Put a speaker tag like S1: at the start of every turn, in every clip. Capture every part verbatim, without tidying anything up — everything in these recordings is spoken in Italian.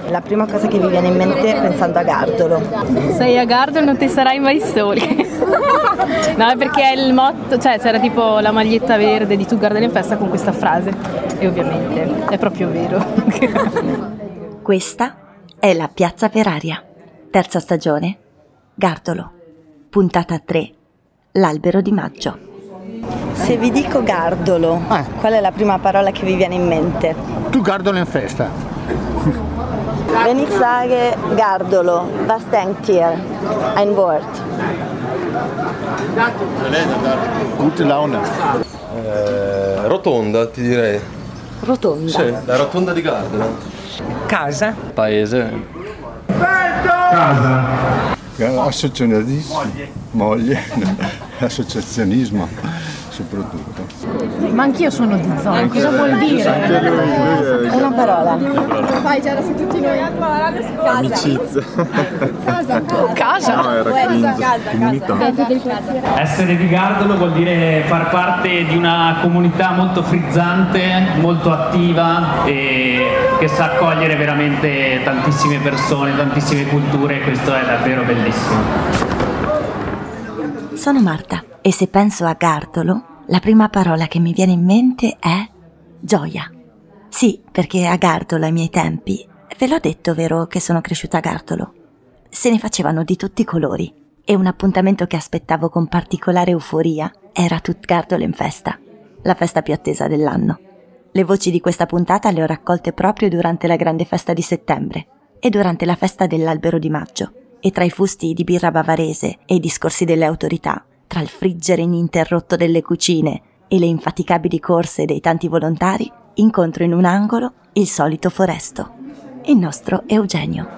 S1: La prima cosa che vi viene in mente pensando a Gardolo?
S2: Sei a Gardolo non ti sarai mai soli. No, perché è il motto, cioè c'era tipo la maglietta verde di Tu Gardolo in festa con questa frase e ovviamente è proprio vero.
S3: Questa è la Piazza per aria, terza stagione, Gardolo, puntata tre, l'albero di maggio.
S1: Se vi dico Gardolo,
S4: Eh.
S1: qual è la prima parola che vi viene in mente?
S4: Tu Gardolo in festa.
S1: Wenn ich sage Gardolo, was denkt ihr? Ein Wort.
S4: Gute Laune.
S5: Eh, rotonda, ti direi.
S1: Rotonda.
S5: Sì, la rotonda di Gardolo.
S6: Casa.
S5: Paese.
S7: Casa. Associazionismo, moglie, associazionismo soprattutto.
S2: Ma anch'io sono di zona, cosa vuol dire?
S1: Una parola.
S2: Fai già su tutti noi.
S7: Amicizia.
S2: Casa.
S7: No, era comunità.
S6: Essere di Gardolo vuol dire far parte di una comunità molto frizzante, molto attiva e che sa accogliere veramente tantissime persone, tantissime culture, e questo è davvero bellissimo.
S3: Sono Marta e se penso a Gardolo, la prima parola che mi viene in mente è gioia. Sì, perché a Gardolo ai miei tempi, ve l'ho detto vero che sono cresciuta a Gardolo, se ne facevano di tutti i colori e un appuntamento che aspettavo con particolare euforia era Tut Gardolo in festa, la festa più attesa dell'anno. Le voci di questa puntata le ho raccolte proprio durante la grande festa di settembre e durante la festa dell'albero di maggio, e tra i fusti di birra bavarese e i discorsi delle autorità, tra il friggere ininterrotto delle cucine e le infaticabili corse dei tanti volontari, incontro in un angolo il solito Foresto, il nostro Eugenio.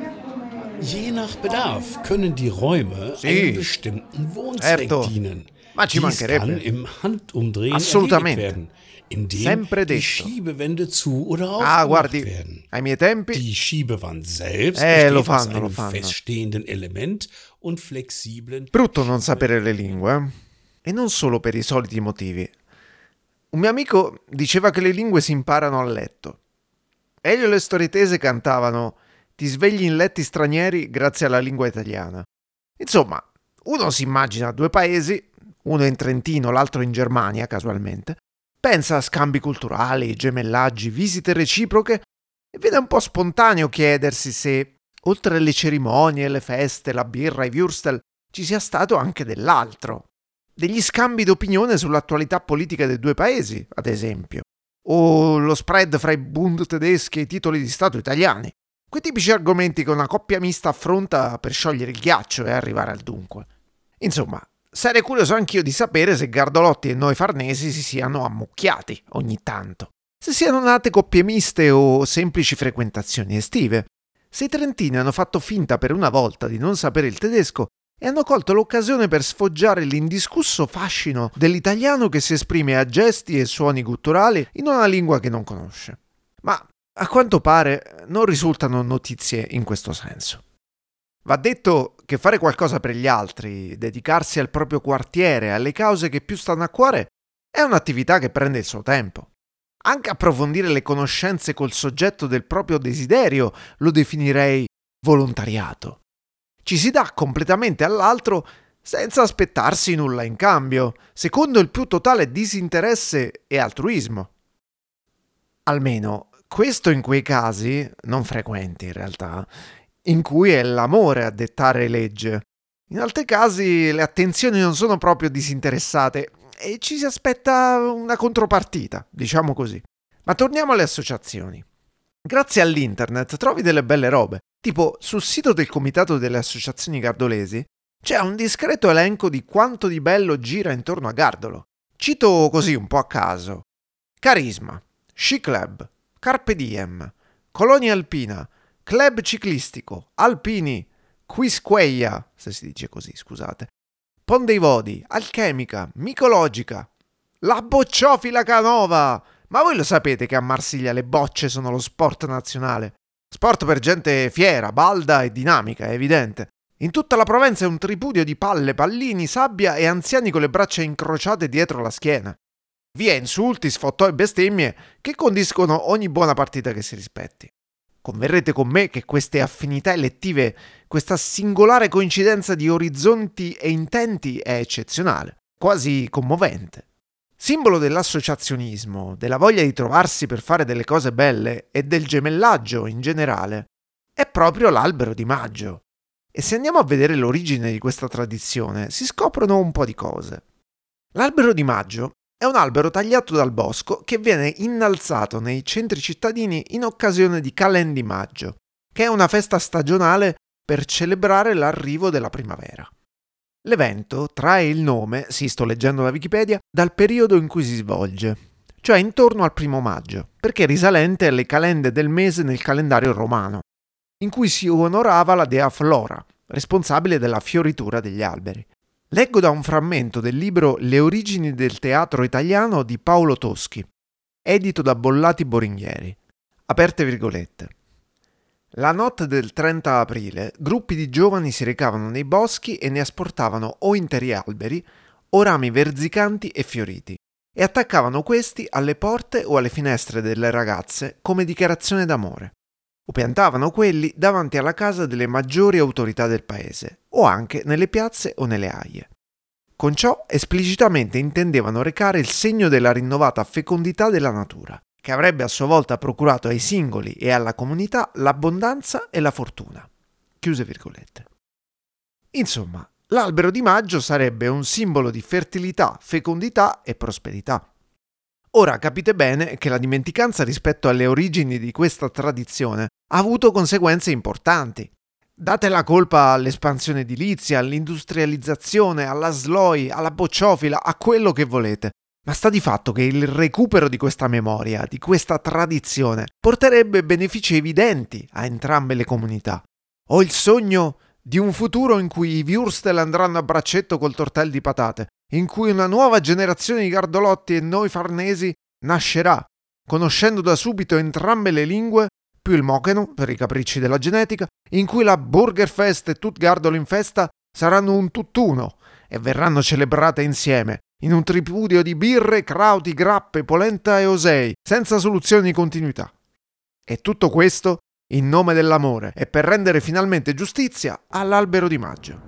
S8: Je nach Bedarf können die Räume
S9: Sì,
S8: einem bestimmten Wohnzweck
S9: certo.
S8: dienen.
S9: Ma ci
S8: Dies kann
S9: mancherebbe.
S8: im Handumdrehen
S9: Assolutamente.
S8: erledigt werden, indem
S9: Sempre
S8: die
S9: detto.
S8: Schiebewände zu oder
S9: Ah,
S8: aufgemacht
S9: guardi,
S8: werden.
S9: ai miei tempi
S8: Die Schiebewand selbst
S9: Eh, lo
S8: besteht aus
S9: fanno, lo
S8: einem
S9: fanno.
S8: feststehenden Element und flexiblen...
S9: brutto non sapere le lingue, eh? E non solo per i soliti motivi. Un mio amico diceva che le lingue si imparano a letto. Elio e le storie tese cantavano "Ti svegli in letti stranieri grazie alla lingua italiana". Insomma, uno si immagina due paesi, uno in Trentino, l'altro in Germania, casualmente, pensa a scambi culturali, gemellaggi, visite reciproche e vede un po' spontaneo chiedersi se, oltre alle cerimonie, le feste, la birra, i würstel, ci sia stato anche dell'altro. Degli scambi d'opinione sull'attualità politica dei due paesi, ad esempio. O lo spread fra i Bund tedeschi e i titoli di Stato italiani. Quei tipici argomenti che una coppia mista affronta per sciogliere il ghiaccio e arrivare al dunque. Insomma, sarei curioso anch'io di sapere se Gardolotti e noi farnesi si siano ammucchiati ogni tanto. Se siano nate coppie miste o semplici frequentazioni estive. Se i trentini hanno fatto finta per una volta di non sapere il tedesco e hanno colto l'occasione per sfoggiare l'indiscusso fascino dell'italiano che si esprime a gesti e suoni gutturali in una lingua che non conosce. Ma a quanto pare non risultano notizie in questo senso. Va detto che fare qualcosa per gli altri, dedicarsi al proprio quartiere, alle cause che più stanno a cuore, è un'attività che prende il suo tempo. Anche approfondire le conoscenze col soggetto del proprio desiderio lo definirei volontariato. Ci si dà completamente all'altro senza aspettarsi nulla in cambio, secondo il più totale disinteresse e altruismo. Almeno questo in quei casi, non frequenti in realtà, in cui è l'amore a dettare legge. In altri casi le attenzioni non sono proprio disinteressate e ci si aspetta una contropartita, diciamo così. Ma torniamo alle associazioni. Grazie all'internet trovi delle belle robe, tipo sul sito del Comitato delle Associazioni Gardolesi c'è un discreto elenco di quanto di bello gira intorno a Gardolo. Cito così un po' a caso: Carisma, Sci Club, Carpe Diem, Colonia Alpina, Club Ciclistico, Alpini, Quisqueia, se si dice così, scusate, Pon dei Vodi, Alchemica, Micologica, la Bocciofila Canova. Ma voi lo sapete che a Marsiglia le bocce sono lo sport nazionale? Sport per gente fiera, balda e dinamica, è evidente. In tutta la Provenza è un tripudio di palle, pallini, sabbia e anziani con le braccia incrociate dietro la schiena. Via insulti, sfottò e bestemmie che condiscono ogni buona partita che si rispetti. Converrete con me che queste affinità elettive, questa singolare coincidenza di orizzonti e intenti è eccezionale, quasi commovente. Simbolo dell'associazionismo, della voglia di trovarsi per fare delle cose belle e del gemellaggio in generale, è proprio l'albero di maggio. E se andiamo a vedere l'origine di questa tradizione, si scoprono un po' di cose. L'albero di maggio è un albero tagliato dal bosco che viene innalzato nei centri cittadini in occasione di Calen di Maggio, che è una festa stagionale per celebrare l'arrivo della primavera. L'evento trae il nome, sì sto leggendo la Wikipedia, dal periodo in cui si svolge, cioè intorno al primo maggio, perché è risalente alle calende del mese nel calendario romano, in cui si onorava la dea Flora, responsabile della fioritura degli alberi. Leggo da un frammento del libro Le origini del teatro italiano di Paolo Toschi, edito da Bollati Boringhieri. Aperte virgolette. La notte del trenta aprile, gruppi di giovani si recavano nei boschi e ne asportavano o interi alberi o rami verzicanti e fioriti, e attaccavano questi alle porte o alle finestre delle ragazze come dichiarazione d'amore, o piantavano quelli davanti alla casa delle maggiori autorità del paese, o anche nelle piazze o nelle aie. Con ciò esplicitamente intendevano recare il segno della rinnovata fecondità della natura, che avrebbe a sua volta procurato ai singoli e alla comunità l'abbondanza e la fortuna. Chiuse virgolette. Insomma, l'albero di maggio sarebbe un simbolo di fertilità, fecondità e prosperità. Ora capite bene che la dimenticanza rispetto alle origini di questa tradizione ha avuto conseguenze importanti. Date la colpa all'espansione edilizia, all'industrializzazione, alla S L O I, alla bocciofila, a quello che volete. Ma sta di fatto che il recupero di questa memoria, di questa tradizione, porterebbe benefici evidenti a entrambe le comunità. Ho il sogno di un futuro in cui i Würstel andranno a braccetto col tortel di patate, in cui una nuova generazione di Gardolotti e noi farnesi nascerà, conoscendo da subito entrambe le lingue, più il mocheno, per i capricci della genetica, in cui la Burgerfest e Tut Gardolo in festa saranno un tutt'uno e verranno celebrate insieme, in un tripudio di birre, crauti, grappe, polenta e osei, senza soluzione di continuità. E tutto questo in nome dell'amore e per rendere finalmente giustizia all'albero di maggio.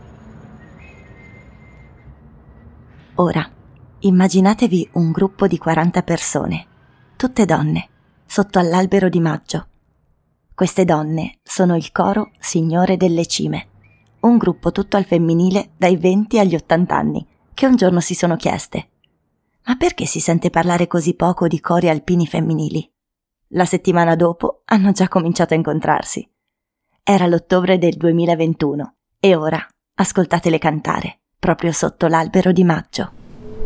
S3: Ora, immaginatevi un gruppo di quaranta persone, tutte donne, sotto all'albero di maggio. Queste donne sono il coro Signore delle Cime, un gruppo tutto al femminile dai venti agli ottanta anni, che un giorno si sono chieste: ma perché si sente parlare così poco di cori alpini femminili? La settimana dopo hanno già cominciato a incontrarsi. Era l'ottobre del duemilaventuno e ora ascoltatele cantare, proprio sotto l'albero di maggio.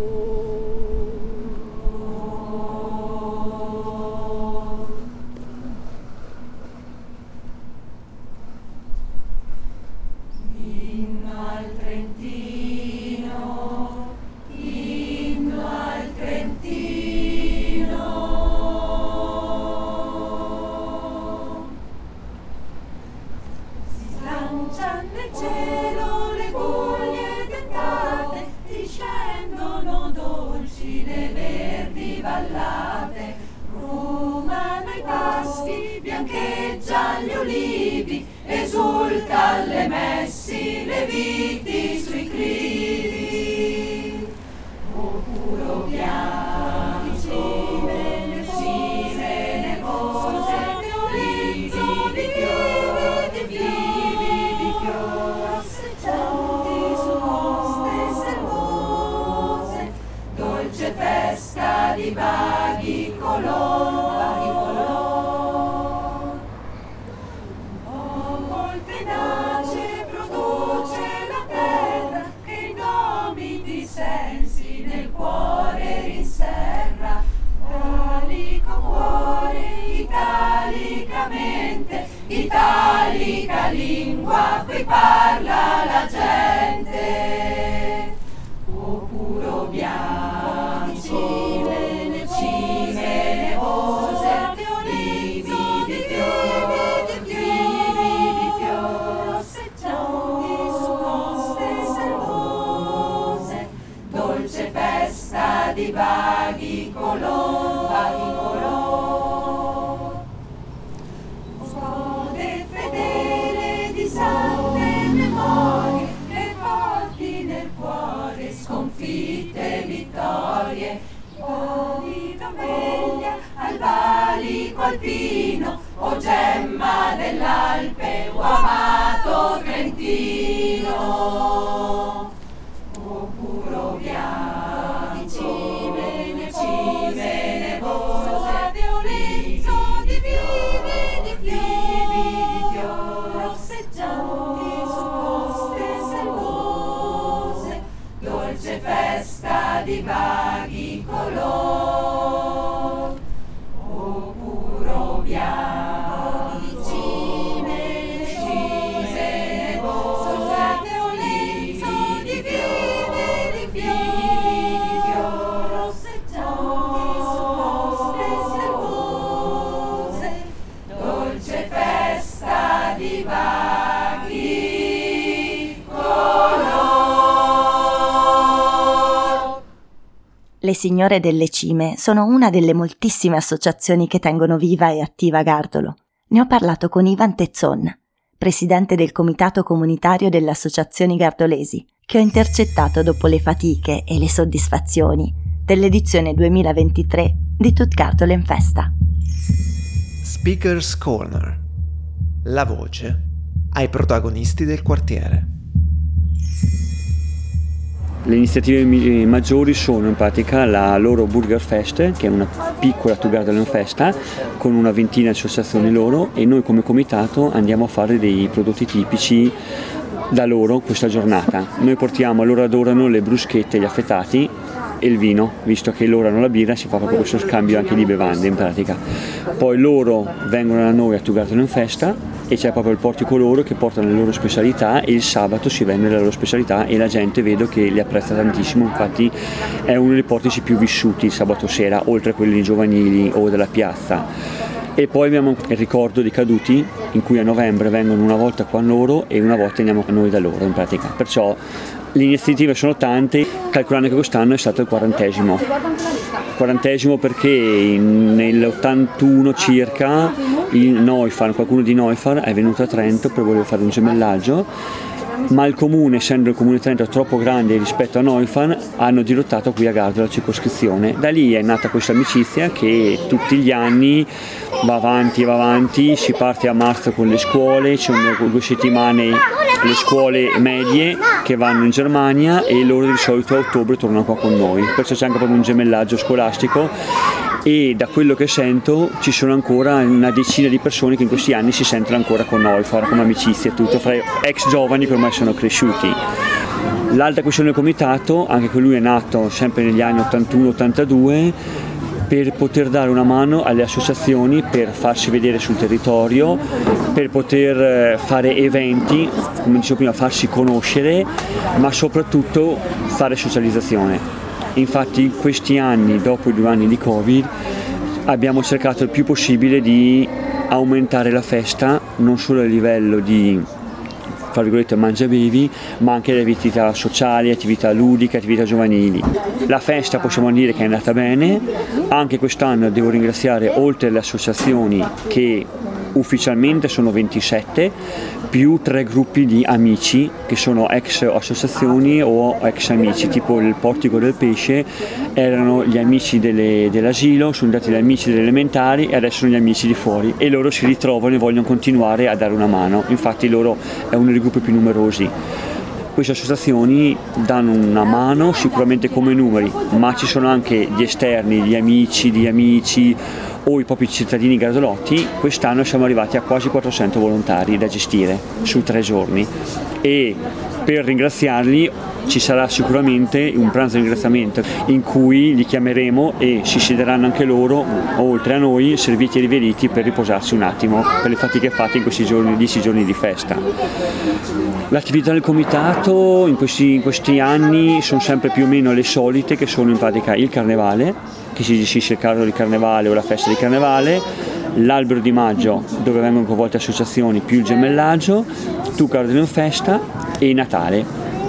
S10: Italica lingua, qui parla la gente, o puro bianco, cime, cime nevose, vivi di fiori, vivi di fiori, rosseggianti su coste selvose, dolce festa di vaghi colori, vaghi colori. vino, o puro bianco, bene, bene, rosa, violenzo di fiori, di fiori, di fiori, rosseggianti su coste selvose, dolce festa di vaghi colori, o puro bianco di cime, cime, rosa, violenzo di fiori, di fiori, di fiori, rosseggianti su coste selvose, dolce festa di vaghi colori.
S3: Le Signore delle Cime sono una delle moltissime associazioni che tengono viva e attiva Gardolo. Ne ho parlato con Ivan Tezzon, presidente del comitato comunitario delle associazioni gardolesi, che ho intercettato dopo le fatiche e le soddisfazioni dell'edizione duemilaventitré di Tut Gardolo Festa.
S9: Speaker's Corner. La voce ai protagonisti del quartiere.
S11: Le iniziative maggiori sono in pratica la loro Burger Fest, che è una piccola Tut Gardolo Festa con una ventina di associazioni loro, e noi come comitato andiamo a fare dei prodotti tipici da loro questa giornata. Noi portiamo, loro adorano le bruschette, gli affettati e il vino, visto che loro hanno la birra, si fa proprio questo scambio anche di bevande in pratica. Poi loro vengono da noi a Tut Gardolo Festa e c'è proprio il portico loro che portano le loro specialità, e il sabato si vende la loro specialità e la gente vedo che li apprezza tantissimo. Infatti è uno dei portici più vissuti il sabato sera, oltre a quelli giovanili o della piazza. E poi abbiamo il ricordo dei caduti, in cui a novembre vengono una volta qua loro e una volta andiamo noi da loro in pratica. Perciò le iniziative sono tante, calcolando che quest'anno è stato il quarantesimo. Quarantesimo perché nell'ottantuno circa il Neufar, qualcuno di Neufar è venuto a Trento per voler fare un gemellaggio, ma il comune, essendo il comune di Trento troppo grande rispetto a Neufar, hanno dirottato qui a Gardolo la circoscrizione. Da lì è nata questa amicizia che tutti gli anni va avanti, va avanti, si parte a marzo con le scuole, ci sono due settimane le scuole medie che vanno in Germania e loro di solito a ottobre tornano qua con noi, perciò c'è anche proprio un gemellaggio scolastico. E da quello che sento ci sono ancora una decina di persone che in questi anni si sentono ancora con Neufar, come amicizia e tutto, fra ex giovani che ormai sono cresciuti. L'altra questione del comitato, anche che lui è nato sempre negli anni ottantuno ottantadue, per poter dare una mano alle associazioni per farsi vedere sul territorio, per poter fare eventi, come dicevo prima, farsi conoscere, ma soprattutto fare socializzazione. Infatti in questi anni, dopo i due anni di Covid, abbiamo cercato il più possibile di aumentare la festa, non solo a livello di, tra virgolette, mangiabevi, ma anche le attività sociali, attività ludiche, attività giovanili. La festa possiamo dire che è andata bene, anche quest'anno devo ringraziare, oltre alle associazioni che ufficialmente sono ventisette, più tre gruppi di amici che sono ex associazioni o ex amici, tipo il Portico del Pesce erano gli amici delle, dell'asilo, sono diventati gli amici delle elementari e adesso sono gli amici di fuori, e loro si ritrovano e vogliono continuare a dare una mano. Infatti loro è uno dei gruppi più numerosi. Queste associazioni danno una mano sicuramente come numeri, ma ci sono anche gli esterni, gli amici di amici o i propri cittadini gardolotti. Quest'anno siamo arrivati a quasi quattrocento volontari da gestire su tre giorni, e per ringraziarli ci sarà sicuramente un pranzo di ringraziamento in cui li chiameremo e si siederanno anche loro, oltre a noi, serviti e riveriti per riposarsi un attimo per le fatiche fatte in questi giorni, dieci giorni di festa. L'attività del comitato in questi, in questi anni sono sempre più o meno le solite, che sono in pratica il carnevale, che si gestisce il carro di carnevale o la festa di carnevale, l'albero di maggio dove vengono coinvolte associazioni più il gemellaggio, Tut Gardolo Festa e Natale.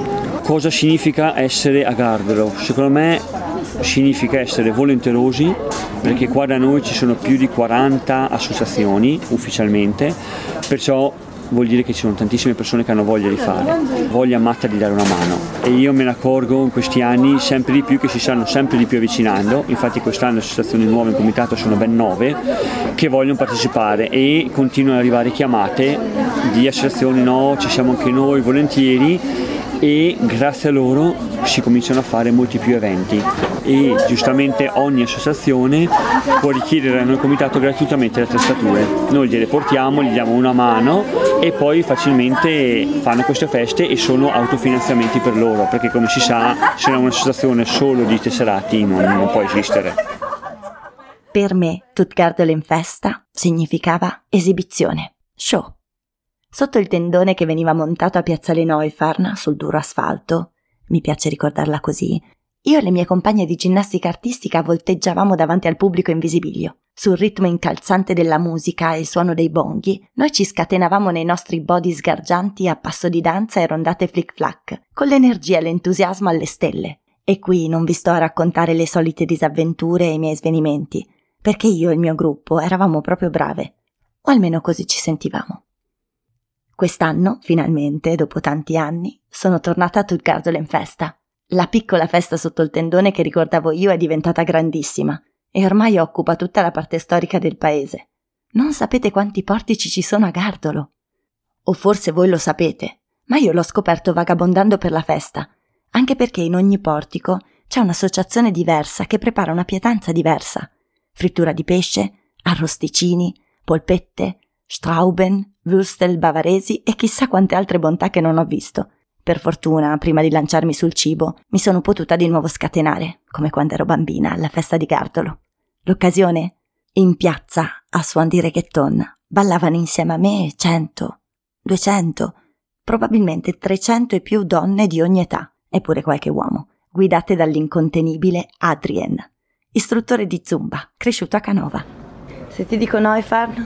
S11: Cosa significa essere a Gardolo? Secondo me significa essere volenterosi, perché qua da noi ci sono più di quaranta associazioni ufficialmente, perciò vuol dire che ci sono tantissime persone che hanno voglia di fare, voglia matta di dare una mano, e io me ne accorgo in questi anni sempre di più che si stanno sempre di più avvicinando. Infatti quest'anno le associazioni nuove in comitato sono ben nove che vogliono partecipare e continuano ad arrivare chiamate di associazioni, no, ci siamo anche noi, volentieri, e grazie a loro si cominciano a fare molti più eventi e giustamente ogni associazione può richiedere a noi comitato gratuitamente le attrezzature, noi gliele portiamo, gli diamo una mano e poi facilmente fanno queste feste e sono autofinanziamenti per loro, perché come si sa se è un'associazione solo di tesserati non, non può esistere.
S3: Per me Tutgardolo in festa significava esibizione, show. Sotto il tendone che veniva montato a Piazzale Neufarn, sul duro asfalto, mi piace ricordarla così, io e le mie compagne di ginnastica artistica volteggiavamo davanti al pubblico in visibilio. Sul ritmo incalzante della musica e il suono dei bonghi, noi ci scatenavamo nei nostri body sgargianti a passo di danza e rondate flick-flack, con l'energia e l'entusiasmo alle stelle. E qui non vi sto a raccontare le solite disavventure e i miei svenimenti, perché io e il mio gruppo eravamo proprio brave, o almeno così ci sentivamo. Quest'anno, finalmente, dopo tanti anni, sono tornata a Tutgardolo in festa. La piccola festa sotto il tendone che ricordavo io è diventata grandissima e ormai occupa tutta la parte storica del paese. Non sapete quanti portici ci sono a Gardolo. O forse voi lo sapete, ma io l'ho scoperto vagabondando per la festa, anche perché in ogni portico c'è un'associazione diversa che prepara una pietanza diversa. Frittura di pesce, arrosticini, polpette, Strauben, würstel bavaresi e chissà quante altre bontà che non ho visto. Per fortuna, prima di lanciarmi sul cibo, mi sono potuta di nuovo scatenare, come quando ero bambina alla festa di Gardolo. L'occasione? In piazza, a suon di reggaeton, ballavano insieme a me cento, duecento, probabilmente trecento e più donne di ogni età, e pure qualche uomo, guidate dall'incontenibile Adrien, istruttore di Zumba, cresciuto a Canova.
S1: Se ti dico Neufarn?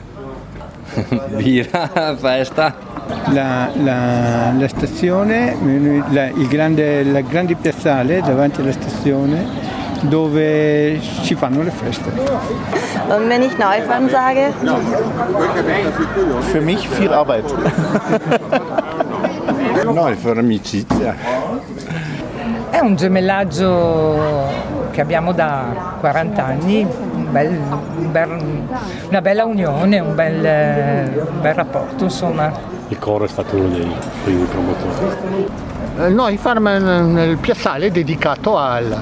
S12: Birra, festa.
S13: La, la, la stazione, la, il grande, la grande piazzale davanti alla stazione dove si fanno le feste.
S1: Und wenn ich Neufarn sage?
S4: Für mich viel Arbeit.
S7: Neufarn, amicizia.
S14: È un gemellaggio che abbiamo da quaranta anni, un bel, un bel, una bella unione, un bel, un bel rapporto, insomma.
S15: Il coro è stato uno dei primi promotori.
S4: Neufarn è nel piazzale dedicato al,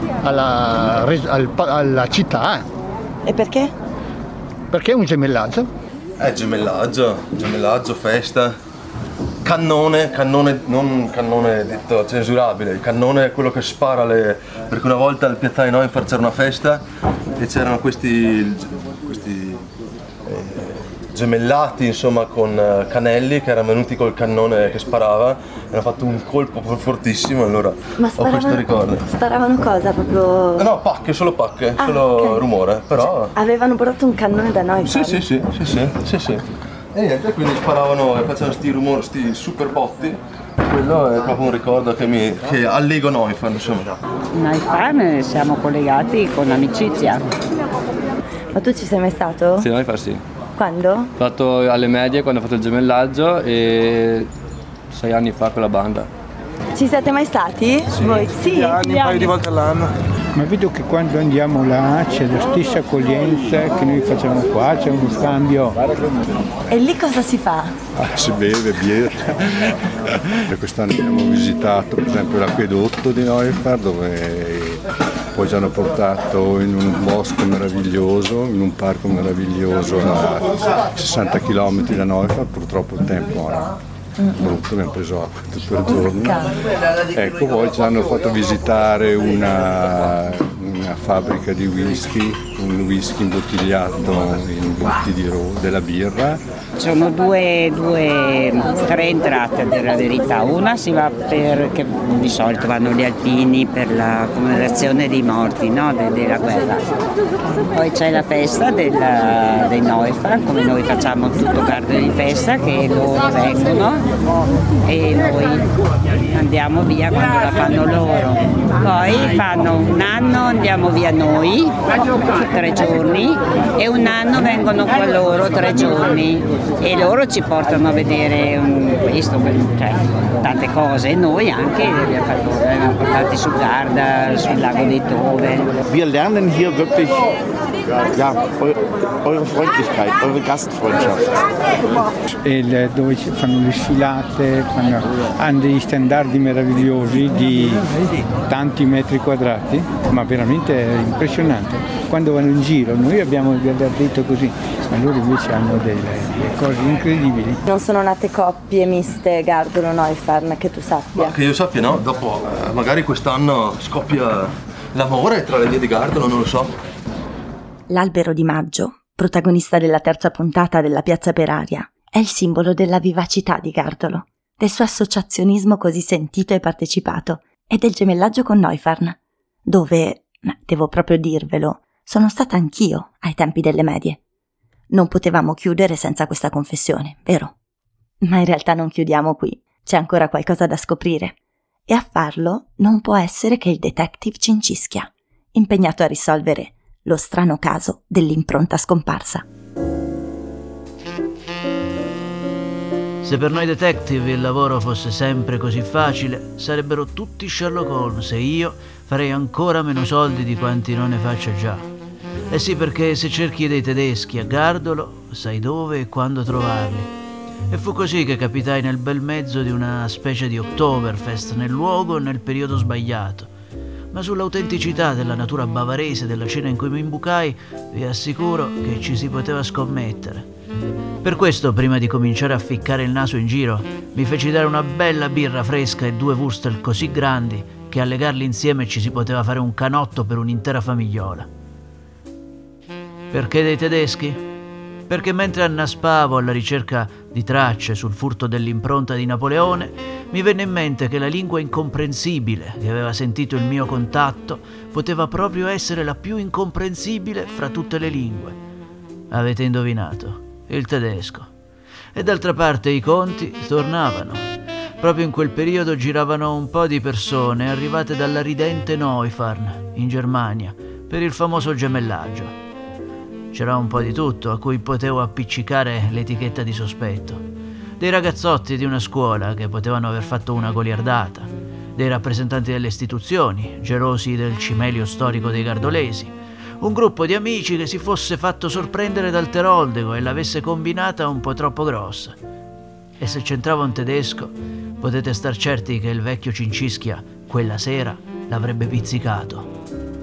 S4: alla, al, alla città.
S1: E perché?
S4: Perché è un gemellaggio.
S5: È gemellaggio, gemellaggio, festa. Cannone, cannone, non cannone detto censurabile, il cannone è quello che spara le... perché una volta al piazzale Neufarn c'era una festa e c'erano questi, questi eh, gemellati insomma con eh, Canelli che erano venuti col cannone che sparava e hanno fatto un colpo fortissimo, allora
S1: Ma
S5: ho questo ricordo.
S1: Sparavano cosa proprio?
S5: No, pacche, solo pacche,
S1: Ah,
S5: solo
S1: okay.
S5: rumore, però...
S1: Cioè, avevano portato un cannone da Neufarn?
S5: Sì, sì, sì, sì, sì, sì, sì. E niente, quindi sparavano e facevano sti rumori, sti super botti. Quello è proprio un ricordo che mi che allego Neufarn, insomma.
S16: Neufarn siamo collegati con amicizia.
S1: Ma tu ci sei mai stato?
S12: Sì, Neufarn sì.
S1: Quando?
S12: Ho fatto alle medie quando ho fatto il gemellaggio e sei anni fa con la banda.
S1: Ci siete mai stati?
S13: Sì.
S1: Voi? Sì,
S13: Anni, un paio di volte all'anno. Ma vedo che quando andiamo là c'è la stessa accoglienza che noi facciamo qua, c'è uno scambio.
S1: E lì cosa si fa?
S7: Ah, si beve birra. E quest'anno abbiamo visitato per esempio l'acquedotto di Neufarn dove poi ci hanno portato in un bosco meraviglioso, in un parco meraviglioso a sessanta chilometri da Neufarn, purtroppo il tempo era brutto, abbiamo preso acqua tutto il giorno. Ecco, poi ci hanno fatto visitare una, una fabbrica di whisky, un whisky imbottigliato in botti di ro- della birra.
S16: Sono due, due, tre entrate a dire la verità. Una si va per, che di solito vanno gli alpini per la commemorazione dei morti, no? De, della guerra. Poi c'è la festa della, dei Neufarn, come noi facciamo tutto Gardolo di festa, che loro vengono e noi andiamo via quando la fanno loro. Poi fanno un anno, andiamo via noi tre giorni e un anno vengono qua loro tre giorni e loro ci portano a vedere um, questo, cioè, tante cose e noi anche li abbiamo portati sul Garda, sul lago dei Tove.
S17: Wir lernen hier wirklich ja, eure Freundlichkeit, eure Gastfreundschaft.
S13: E dove fanno le sfilate, fanno, hanno degli standardi meravigliosi di tanti metri quadrati, ma veramente è impressionante. Quando vanno in giro, noi abbiamo il gardetto così, ma loro invece hanno delle, delle cose incredibili.
S1: Non sono nate coppie miste Gardolo-Neufarn, che tu sappia?
S5: Ma che io sappia no, dopo eh, magari quest'anno scoppia l'amore tra le vie di Gardolo, non lo so.
S3: L'albero di maggio, protagonista della terza puntata della Piazza per Aria, è il simbolo della vivacità di Gardolo, del suo associazionismo così sentito e partecipato e del gemellaggio con Neufarn, dove, devo proprio dirvelo, sono stata anch'io ai tempi delle medie. Non potevamo chiudere senza questa confessione, vero? Ma in realtà non chiudiamo qui, c'è ancora qualcosa da scoprire. E a farlo non può essere che il detective Cincischia, impegnato a risolvere lo strano caso dell'impronta scomparsa.
S18: Se per noi detective il lavoro fosse sempre così facile, sarebbero tutti Sherlock Holmes e io farei ancora meno soldi di quanti non ne faccia già. Eh sì, perché se cerchi dei tedeschi a Gardolo, sai dove e quando trovarli. E fu così che capitai nel bel mezzo di una specie di Oktoberfest, nel luogo e nel periodo sbagliato. Ma sull'autenticità della natura bavarese della cena in cui mi imbucai, vi assicuro che ci si poteva scommettere. Per questo, prima di cominciare a ficcare il naso in giro, mi feci dare una bella birra fresca e due Würstel così grandi che a legarli insieme ci si poteva fare un canotto per un'intera famigliola. Perché dei tedeschi? Perché mentre annaspavo alla ricerca di tracce sul furto dell'impronta di Napoleone, mi venne in mente che la lingua incomprensibile che aveva sentito il mio contatto poteva proprio essere la più incomprensibile fra tutte le lingue. Avete indovinato, il tedesco. E d'altra parte i conti tornavano. Proprio in quel periodo giravano un po' di persone arrivate dalla ridente Neufarn, in Germania, per il famoso gemellaggio. C'era un po' di tutto a cui potevo appiccicare l'etichetta di sospetto. Dei ragazzotti di una scuola che potevano aver fatto una goliardata, dei rappresentanti delle istituzioni, gelosi del cimelio storico dei gardolesi, un gruppo di amici che si fosse fatto sorprendere dal teroldego e l'avesse combinata un po' troppo grossa. E se c'entrava un tedesco, potete star certi che il vecchio Cincischia quella sera l'avrebbe pizzicato.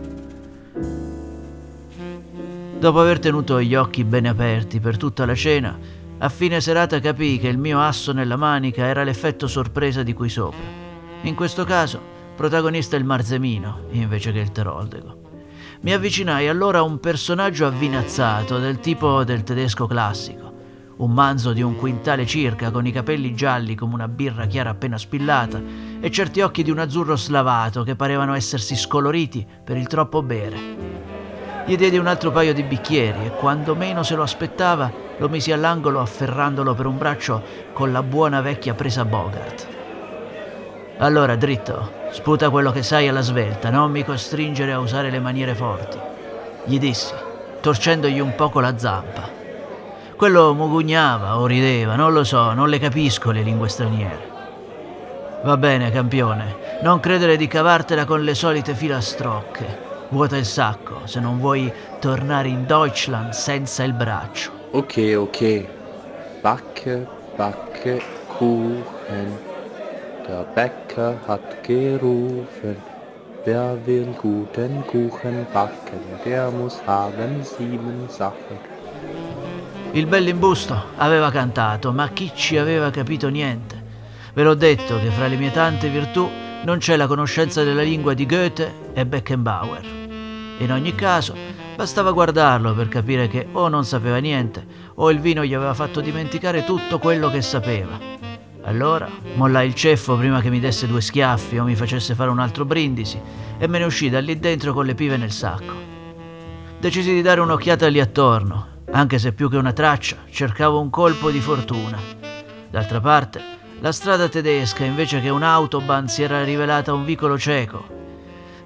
S18: Dopo aver tenuto gli occhi bene aperti per tutta la cena, a fine serata capii che il mio asso nella manica era l'effetto sorpresa di qui sopra. In questo caso, protagonista il marzemino, invece che il teroldego. Mi avvicinai allora a un personaggio avvinazzato del tipo del tedesco classico, un manzo di un quintale circa con i capelli gialli come una birra chiara appena spillata e certi occhi di un azzurro slavato che parevano essersi scoloriti per il troppo bere. Gli diedi un altro paio di bicchieri e quando meno se lo aspettava lo misi all'angolo afferrandolo per un braccio con la buona vecchia presa Bogart. Allora, dritto, sputa quello che sai alla svelta, non mi costringere a usare le maniere forti, gli dissi, torcendogli un poco la zampa. Quello mugugnava o rideva, non lo so, non le capisco le lingue straniere. Va bene, campione, non credere di cavartela con le solite filastrocche. Vuota il sacco, se non vuoi tornare in Deutschland senza il braccio.
S12: Ok, ok. Backe, backe, Kuchen. Der Bäcker hat gerufen. Wer will guten Kuchen backen? Der muss haben sieben Sachen.
S18: Il bell'imbusto aveva cantato, ma chi ci aveva capito niente? Ve l'ho detto che fra le mie tante virtù non c'è la conoscenza della lingua di Goethe e Beckenbauer. In ogni caso, bastava guardarlo per capire che o non sapeva niente o il vino gli aveva fatto dimenticare tutto quello che sapeva. Allora mollai il ceffo prima che mi desse due schiaffi o mi facesse fare un altro brindisi e me ne uscì da lì dentro con le pive nel sacco. Decisi di dare un'occhiata lì attorno, anche se più che una traccia cercavo un colpo di fortuna. D'altra parte, la strada tedesca invece che un'autobahn si era rivelata un vicolo cieco.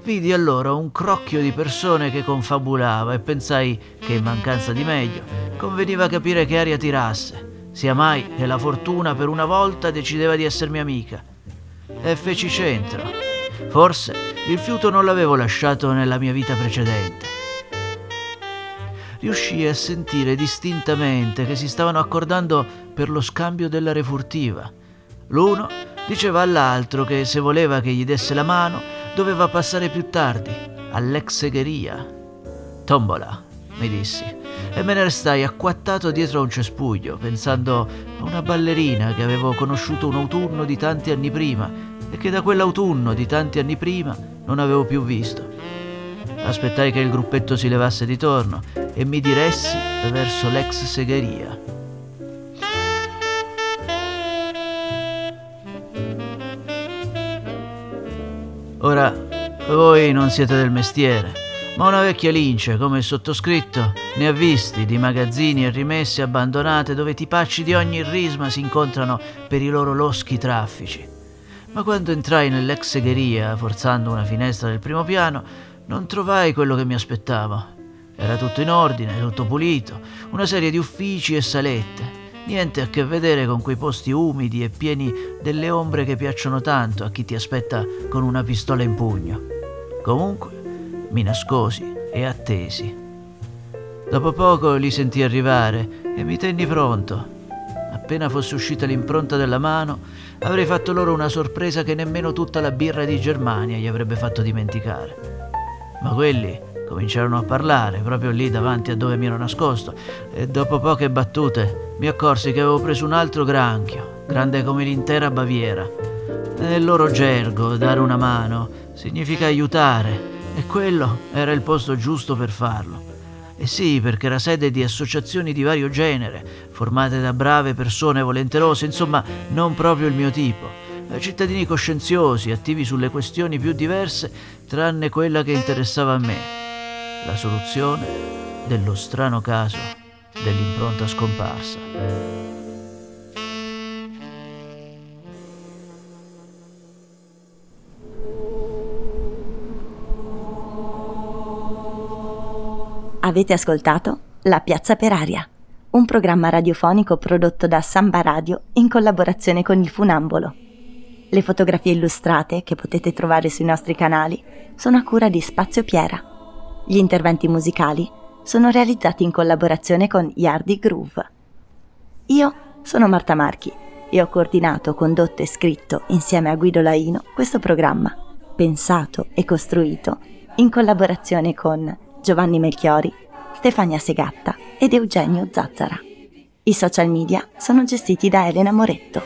S18: vidi allora un crocchio di persone che confabulava e pensai che in mancanza di meglio conveniva capire che aria tirasse, sia mai che la fortuna per una volta decideva di essermi amica. E feci centro. Forse il fiuto non l'avevo lasciato nella mia vita precedente. Riuscii a sentire distintamente che si stavano accordando per lo scambio della refurtiva. L'uno diceva all'altro che se voleva che gli desse la mano doveva passare più tardi, all'ex segheria. Tombola, mi dissi, e me ne restai acquattato dietro a un cespuglio, pensando a una ballerina che avevo conosciuto un autunno di tanti anni prima e che da quell'autunno di tanti anni prima non avevo più visto. Aspettai che il gruppetto si levasse di torno e mi diressi verso l'ex segheria. Ora, voi non siete del mestiere, ma una vecchia lince come il sottoscritto ne ha visti di magazzini e rimesse abbandonate dove tipacci di ogni risma si incontrano per i loro loschi traffici. Ma quando entrai nell'ex segheria, forzando una finestra del primo piano, non trovai quello che mi aspettavo. Era tutto in ordine, tutto pulito, una serie di uffici e salette. Niente a che vedere con quei posti umidi e pieni delle ombre che piacciono tanto a chi ti aspetta con una pistola in pugno. Comunque, mi nascosi e attesi. Dopo poco li sentii arrivare e mi tenni pronto. Appena fosse uscita l'impronta della mano, avrei fatto loro una sorpresa che nemmeno tutta la birra di Germania gli avrebbe fatto dimenticare. Ma quelli cominciarono a parlare proprio lì davanti a dove mi ero nascosto e dopo poche battute mi accorsi che avevo preso un altro granchio, grande come l'intera Baviera. Nel loro gergo dare una mano significa aiutare e quello era il posto giusto per farlo. E sì, perché era sede di associazioni di vario genere, formate da brave persone volenterose, insomma non proprio il mio tipo. Cittadini coscienziosi, attivi sulle questioni più diverse, tranne quella che interessava a me, la soluzione dello strano caso dell'impronta scomparsa.
S3: Avete ascoltato La Piazza per Aria, un programma radiofonico prodotto da Samba Radio in collaborazione con il Funambolo. Le fotografie illustrate, che potete trovare sui nostri canali, sono a cura di Spazio Piera. Gli interventi musicali sono realizzati in collaborazione con Yardi Groove. Io sono Marta Marchi e ho coordinato, condotto e scritto insieme a Guido Laino questo programma, pensato e costruito in collaborazione con Giovanni Melchiori, Stefania Segatta ed Eugenio Zazzara. I social media sono gestiti da Elena Moretto.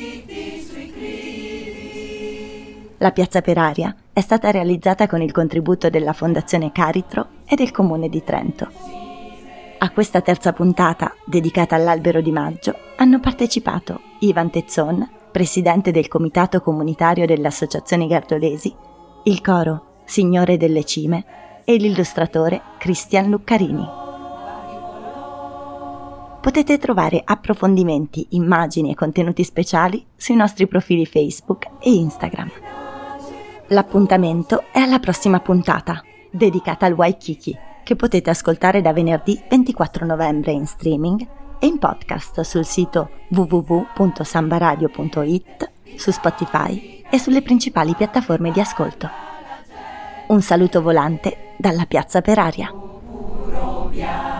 S3: La Piazza per Aria è stata realizzata con il contributo della Fondazione Caritro e del Comune di Trento. A questa terza puntata, dedicata all'albero di maggio, hanno partecipato Ivan Tezzon, presidente del Comitato Comunitario delle Associazioni Gardolesi, il coro Signore delle Cime e l'illustratore Cristian Luccarini. Potete trovare approfondimenti, immagini e contenuti speciali sui nostri profili Facebook e Instagram. L'appuntamento è alla prossima puntata, dedicata al Waikiki, che potete ascoltare da venerdì ventiquattro novembre in streaming e in podcast sul sito w w w punto sambaradio punto it, su Spotify e sulle principali piattaforme di ascolto. Un saluto volante dalla Piazza per Aria.